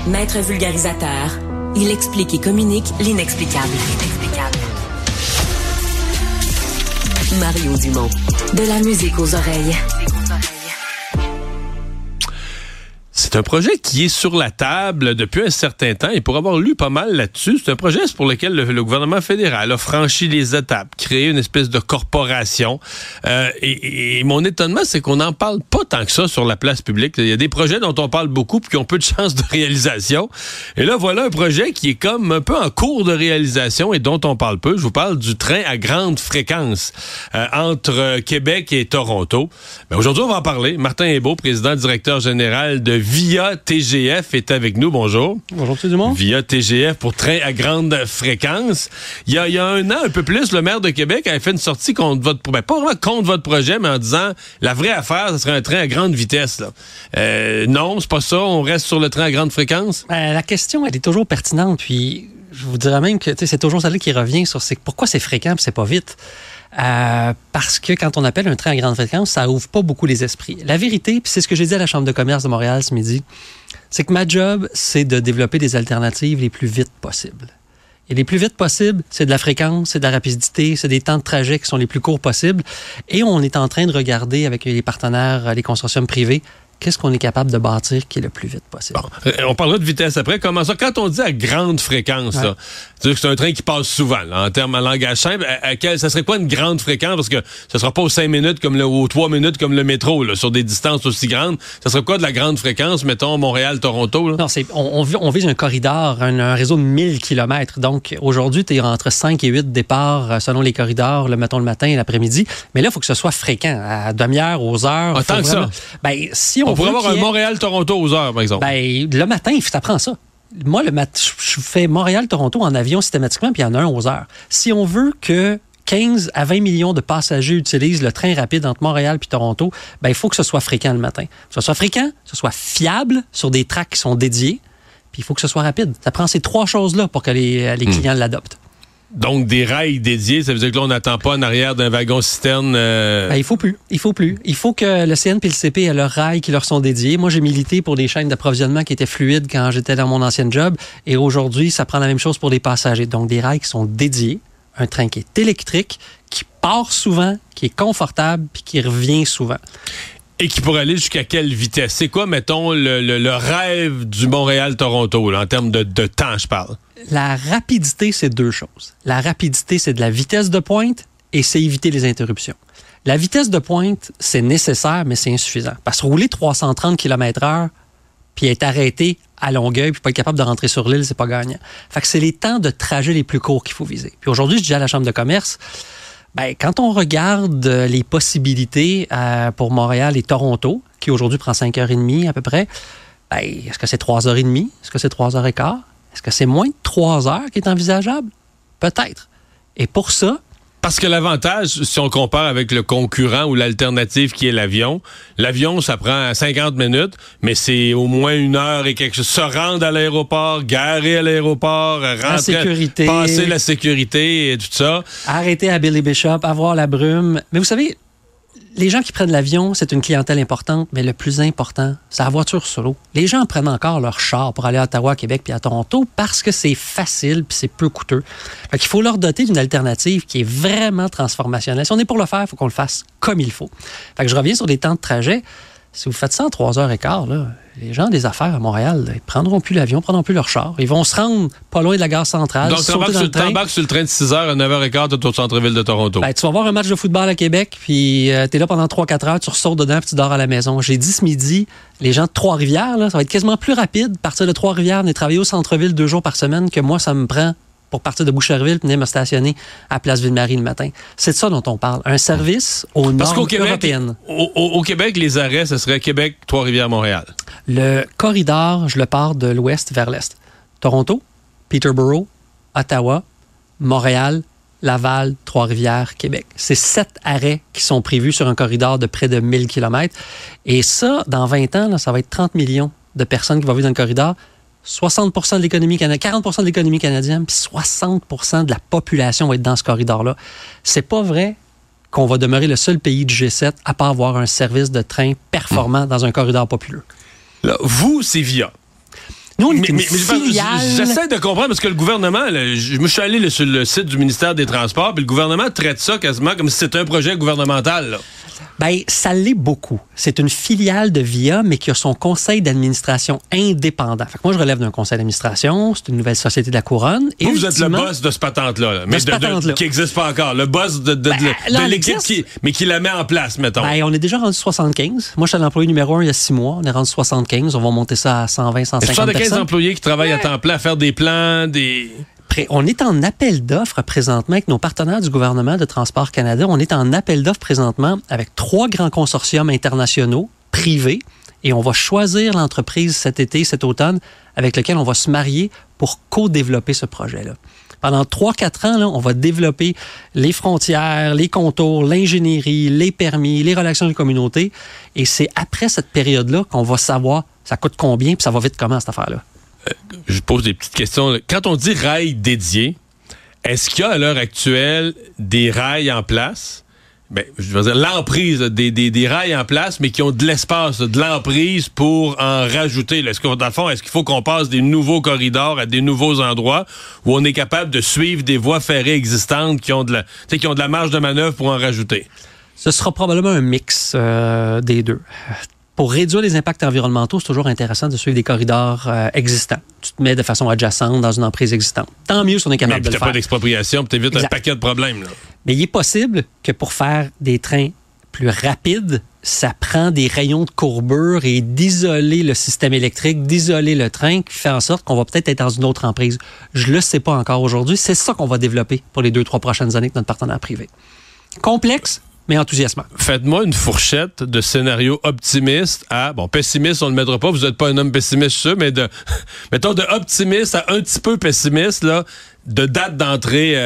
Maître vulgarisateur, il explique et communique l'inexplicable. Mario Dumont. De la musique aux oreilles. C'est un projet qui est sur la table depuis un certain temps et pour avoir lu pas mal là-dessus, c'est un projet pour lequel le gouvernement fédéral a franchi les étapes, créé une espèce de corporation. Et mon étonnement, c'est qu'on n'en parle pas tant que ça sur la place publique. Il y a des projets dont on parle beaucoup puis qui ont peu de chances de réalisation. Et là, voilà un projet qui est comme un peu en cours de réalisation et dont on parle peu. Je vous parle du train à grande fréquence entre Québec et Toronto. Ben, aujourd'hui, on va en parler. Martin Hébault, président directeur général de Via TGF est avec nous. Bonjour. Bonjour, M. Dumont. Via TGF pour train à grande fréquence. Il y a un an, un peu plus, le maire de Québec avait fait une sortie contre votre... pas vraiment contre votre projet, mais en disant la vraie affaire, ce serait un train à grande vitesse. Là. Non, c'est pas ça. On reste sur le train à grande fréquence? La question, elle est toujours pertinente. Puis, je vous dirais même que c'est toujours celle qui revient sur pourquoi c'est fréquent et c'est pas vite. Parce que quand on appelle un train à grande fréquence, ça ouvre pas beaucoup les esprits. La vérité, puis c'est ce que j'ai dit à la Chambre de commerce de Montréal ce midi, c'est que ma job, c'est de développer des alternatives les plus vite possibles. Et les plus vite possibles, c'est de la fréquence, c'est de la rapidité, c'est des temps de trajet qui sont les plus courts possibles. Et on est en train de regarder avec les partenaires, les consortiums privés, qu'est-ce qu'on est capable de bâtir qui est le plus vite possible. Bon, on parlera de vitesse après. Comment ça? Quand on dit à grande fréquence, là, c'est-à-dire que c'est un train qui passe souvent, là, en termes en langage simple. Ça serait quoi une grande fréquence? Parce que ça sera pas aux 5 minutes comme aux 3 minutes comme le métro, là, sur des distances aussi grandes. Ça serait quoi de la grande fréquence, mettons, Montréal-Toronto? Là? Non, on vise un corridor, un réseau de 1000 km. Donc, aujourd'hui, tu es entre 5 et 8 départs selon les corridors, mettons le matin et l'après-midi. Mais là, il faut que ce soit fréquent, à demi-heure, aux heures. Tant que ça? Ben, si on pourrait avoir un Montréal-Toronto aux heures, par exemple. Ben, le matin, ça prend ça. Moi, le matin, je fais Montréal-Toronto en avion systématiquement, puis il y en a un aux heures. Si on veut que 15 à 20 millions de passagers utilisent le train rapide entre Montréal et Toronto, ben, il faut que ce soit fréquent le matin. Que ce soit fréquent, que ce soit fiable sur des tracks qui sont dédiés, puis il faut que ce soit rapide. Ça prend ces 3 choses-là pour que les clients l'adoptent. Donc, des rails dédiés, ça veut dire que là, on n'attend pas en arrière d'un wagon-citerne... Ben, il faut plus. Il faut que le CN et le CP aient leurs rails qui leur sont dédiés. Moi, j'ai milité pour des chaînes d'approvisionnement qui étaient fluides quand j'étais dans mon ancien job. Et aujourd'hui, ça prend la même chose pour les passagers. Donc, des rails qui sont dédiés, un train qui est électrique, qui part souvent, qui est confortable, puis qui revient souvent. Et qui pourrait aller jusqu'à quelle vitesse? C'est quoi, mettons, le rêve du Montréal-Toronto, là, en termes de temps, je parle? La rapidité, c'est 2 choses. La rapidité, c'est de la vitesse de pointe et c'est éviter les interruptions. La vitesse de pointe, c'est nécessaire, mais c'est insuffisant. Parce que rouler 330 km/h puis être arrêté à Longueuil puis pas être capable de rentrer sur l'île, c'est pas gagnant. Fait que c'est les temps de trajet les plus courts qu'il faut viser. Puis aujourd'hui, je dis à la Chambre de commerce... Ben, quand on regarde les possibilités pour Montréal et Toronto, qui aujourd'hui prend 5h30 à peu près, ben, est-ce que c'est 3h30? Est-ce que c'est 3h15? Est-ce que c'est moins de 3 heures qui est envisageable? Peut-être. Et pour ça... Parce que l'avantage, si on compare avec le concurrent ou l'alternative qui est l'avion, ça prend 50 minutes, mais c'est au moins 1 heure et quelque chose. Se rendre à l'aéroport, garer à l'aéroport, rentrer, passer la sécurité et tout ça. Arrêter à Billy Bishop, avoir la brume. Mais vous savez, les gens qui prennent l'avion, c'est une clientèle importante, mais le plus important, c'est la voiture solo. Les gens prennent encore leur char pour aller à Ottawa, à Québec puis à Toronto parce que c'est facile puis c'est peu coûteux. Fait qu'il faut leur doter d'une alternative qui est vraiment transformationnelle. Si on est pour le faire, il faut qu'on le fasse comme il faut. Fait que je reviens sur les temps de trajet. Si vous faites ça en 3h15, là, les gens des affaires à Montréal, ils prendront plus l'avion, prendront plus leur char. Ils vont se rendre pas loin de la gare centrale. Donc, t'embarques sur le train de 6h à 9h15 au centre-ville de Toronto. Ben, tu vas voir un match de football à Québec, puis t'es là pendant 3-4 heures, tu ressors dedans, puis tu dors à la maison. J'ai dit ce midi, les gens de Trois-Rivières, là, ça va être quasiment plus rapide, partir de Trois-Rivières, venir travailler au centre-ville 2 jours par semaine, que moi, ça me prend pour partir de Boucherville, venir me stationner à Place Ville-Marie le matin. C'est de ça dont on parle. Un service aux normes européennes. Au Québec, les arrêts, ce serait Québec, Trois-Rivières, Montréal. Le corridor, je le pars de l'ouest vers l'est. Toronto, Peterborough, Ottawa, Montréal, Laval, Trois-Rivières, Québec. C'est 7 arrêts qui sont prévus sur un corridor de près de 1000 km. Et ça, dans 20 ans, là, ça va être 30 millions de personnes qui vont vivre dans le corridor. 60% de l'économie canadienne, 40% de l'économie canadienne, puis 60% de la population va être dans ce corridor-là. C'est pas vrai qu'on va demeurer le seul pays du G7 à pas avoir un service de train performant dans un corridor populeux. Là, vous, c'est Via. Nous, on est une filiale. J'essaie de comprendre parce que le gouvernement, là, je me suis allé sur le site du ministère des Transports, puis le gouvernement traite ça quasiment comme si c'était un projet gouvernemental, là. Ben, ça l'est beaucoup. C'est une filiale de VIA, mais qui a son conseil d'administration indépendant. Fait que moi, je relève d'un conseil d'administration. C'est une nouvelle société de la Couronne. Et vous êtes le boss de ce patente-là, mais qui n'existe pas encore. Le boss de l'équipe qui la met en place, mettons. Ben, on est déjà rendu 75. Moi, je suis l'employé numéro 1 il y a 6 mois. On est rendu 75. On va monter ça à 120, 150 personnes. 75 employés qui travaillent à temps plein à faire des plans, On est en appel d'offres présentement avec nos partenaires du gouvernement de Transport Canada. On est en appel d'offres présentement avec 3 grands consortiums internationaux privés et on va choisir l'entreprise cet été, cet automne, avec lequel on va se marier pour co-développer ce projet-là. Pendant 3-4 ans, là, on va développer les frontières, les contours, l'ingénierie, les permis, les relations de communauté. Et c'est après cette période-là qu'on va savoir ça coûte combien puis ça va vite comment cette affaire-là. Je pose des petites questions. Quand on dit rails dédiés, est-ce qu'il y a à l'heure actuelle des rails en place? Ben, je veux dire, l'emprise, des rails en place, mais qui ont de l'espace, de l'emprise pour en rajouter. Là, dans le fond, est-ce qu'il faut qu'on passe des nouveaux corridors à des nouveaux endroits où on est capable de suivre des voies ferrées existantes qui ont de la marge de manœuvre pour en rajouter? Ce sera probablement un mix des deux. Pour réduire les impacts environnementaux, c'est toujours intéressant de suivre des corridors existants. Tu te mets de façon adjacente dans une emprise existante. Tant mieux si on est capable de le faire. Mais pas d'expropriation, puis t'évites un paquet de problèmes. Là. Mais il est possible que pour faire des trains plus rapides, ça prend des rayons de courbure et d'isoler le système électrique, d'isoler le train, qui fait en sorte qu'on va peut-être être dans une autre emprise. Je le sais pas encore aujourd'hui. C'est ça qu'on va développer pour les 2-3 prochaines années avec notre partenaire privé. Complexe, mais enthousiasmant. Faites-moi une fourchette de scénarios optimistes à... Bon, pessimiste, on ne le mettra pas, vous n'êtes pas un homme pessimiste, sûr, mais mettons de optimiste à un petit peu pessimiste, là, de date d'entrée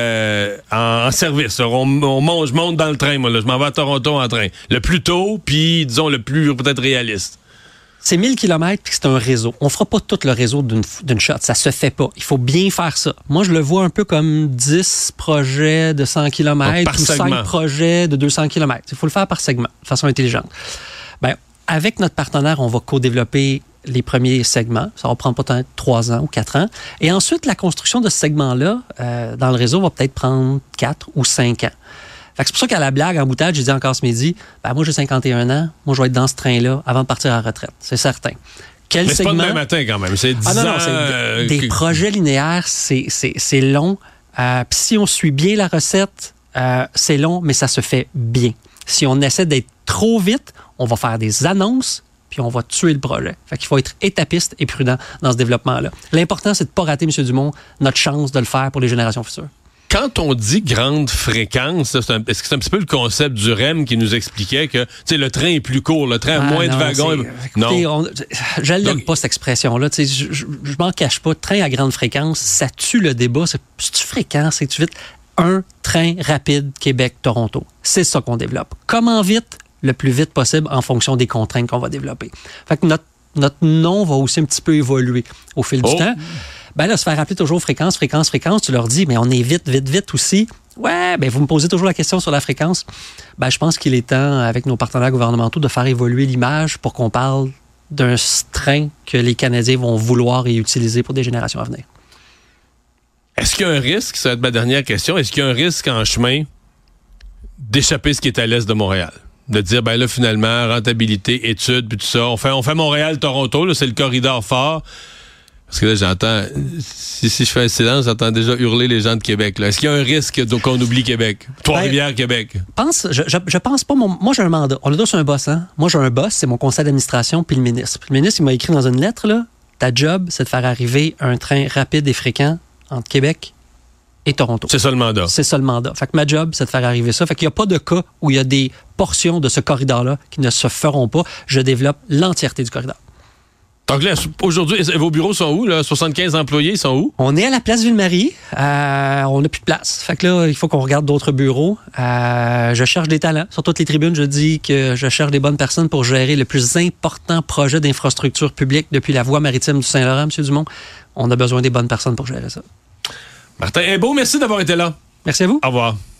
en service. Alors, je monte dans le train, moi, là, je m'en vais à Toronto en train. Le plus tôt, puis, disons, le plus peut-être réaliste. C'est 1000 km puis c'est un réseau. On fera pas tout le réseau d'une shot. Ça se fait pas. Il faut bien faire ça. Moi, je le vois un peu comme 10 projets de 100 km ou 5 projets de 200 km. Il faut le faire par segment, de façon intelligente. Ben, avec notre partenaire, on va co-développer les premiers segments. Ça va prendre peut-être 3 ans ou 4 ans. Et ensuite, la construction de ce segment-là dans le réseau va peut-être prendre 4 ou 5 ans. Fait que c'est pour ça qu'à la blague, en boutade, j'ai dit encore ce midi, ben moi j'ai 51 ans, moi je vais être dans ce train-là avant de partir à la retraite. C'est certain. Mais c'est pas demain matin quand même, c'est 10 ans. C'est des projets linéaires, c'est long. Puis si on suit bien la recette, c'est long, mais ça se fait bien. Si on essaie d'être trop vite, on va faire des annonces, puis on va tuer le projet. Fait qu'il faut être étapiste et prudent dans ce développement-là. L'important, c'est de ne pas rater, M. Dumont, notre chance de le faire pour les générations futures. Quand on dit grande fréquence, est-ce que c'est un petit peu le concept du REM qui nous expliquait que le train est plus court, le train a moins de wagons? Écoutez, je n'aime pas cette expression-là. Je m'en cache pas. Train à grande fréquence, ça tue le débat. C'est-tu fréquent? C'est-tu vite? Un train rapide Québec-Toronto. C'est ça qu'on développe. Comment vite? Le plus vite possible en fonction des contraintes qu'on va développer. Fait que notre nom va aussi un petit peu évoluer au fil du temps. Ben là, se faire rappeler toujours fréquence, tu leur dis, mais on est vite aussi. Ouais, ben vous me posez toujours la question sur la fréquence. Ben je pense qu'il est temps, avec nos partenaires gouvernementaux, de faire évoluer l'image pour qu'on parle d'un train que les Canadiens vont vouloir et utiliser pour des générations à venir. Est-ce qu'il y a un risque, ça va être ma dernière question, est-ce qu'il y a un risque en chemin d'échapper ce qui est à l'est de Montréal? De dire, ben là, finalement, rentabilité, études, puis tout ça. On fait Montréal-Toronto, là, c'est le corridor fort. Parce que là, j'entends, si je fais un silence, j'entends déjà hurler les gens de Québec. Là. Est-ce qu'il y a un risque qu'on oublie Québec? Trois-Rivières, Québec? Je pense pas. Moi, j'ai un mandat. On a tous un boss, hein? Moi, j'ai un boss, c'est mon conseil d'administration, puis le ministre. Puis le ministre, il m'a écrit dans une lettre, là, ta job, c'est de faire arriver un train rapide et fréquent entre Québec et Toronto. C'est ça le mandat? C'est ça le mandat. Fait que ma job, c'est de faire arriver ça. Fait qu'il n'y a pas de cas où il y a des portions de ce corridor-là qui ne se feront pas. Je développe l'entièreté du corridor. Donc là, aujourd'hui, vos bureaux sont où? Là? 75 employés, ils sont où? On est à la place Ville-Marie. On n'a plus de place. Fait que là, il faut qu'on regarde d'autres bureaux. Je cherche des talents. Sur toutes les tribunes, je dis que je cherche des bonnes personnes pour gérer le plus important projet d'infrastructure publique depuis la voie maritime du Saint-Laurent, M. Dumont. On a besoin des bonnes personnes pour gérer ça. Martin Himbaud, merci d'avoir été là. Merci à vous. Au revoir.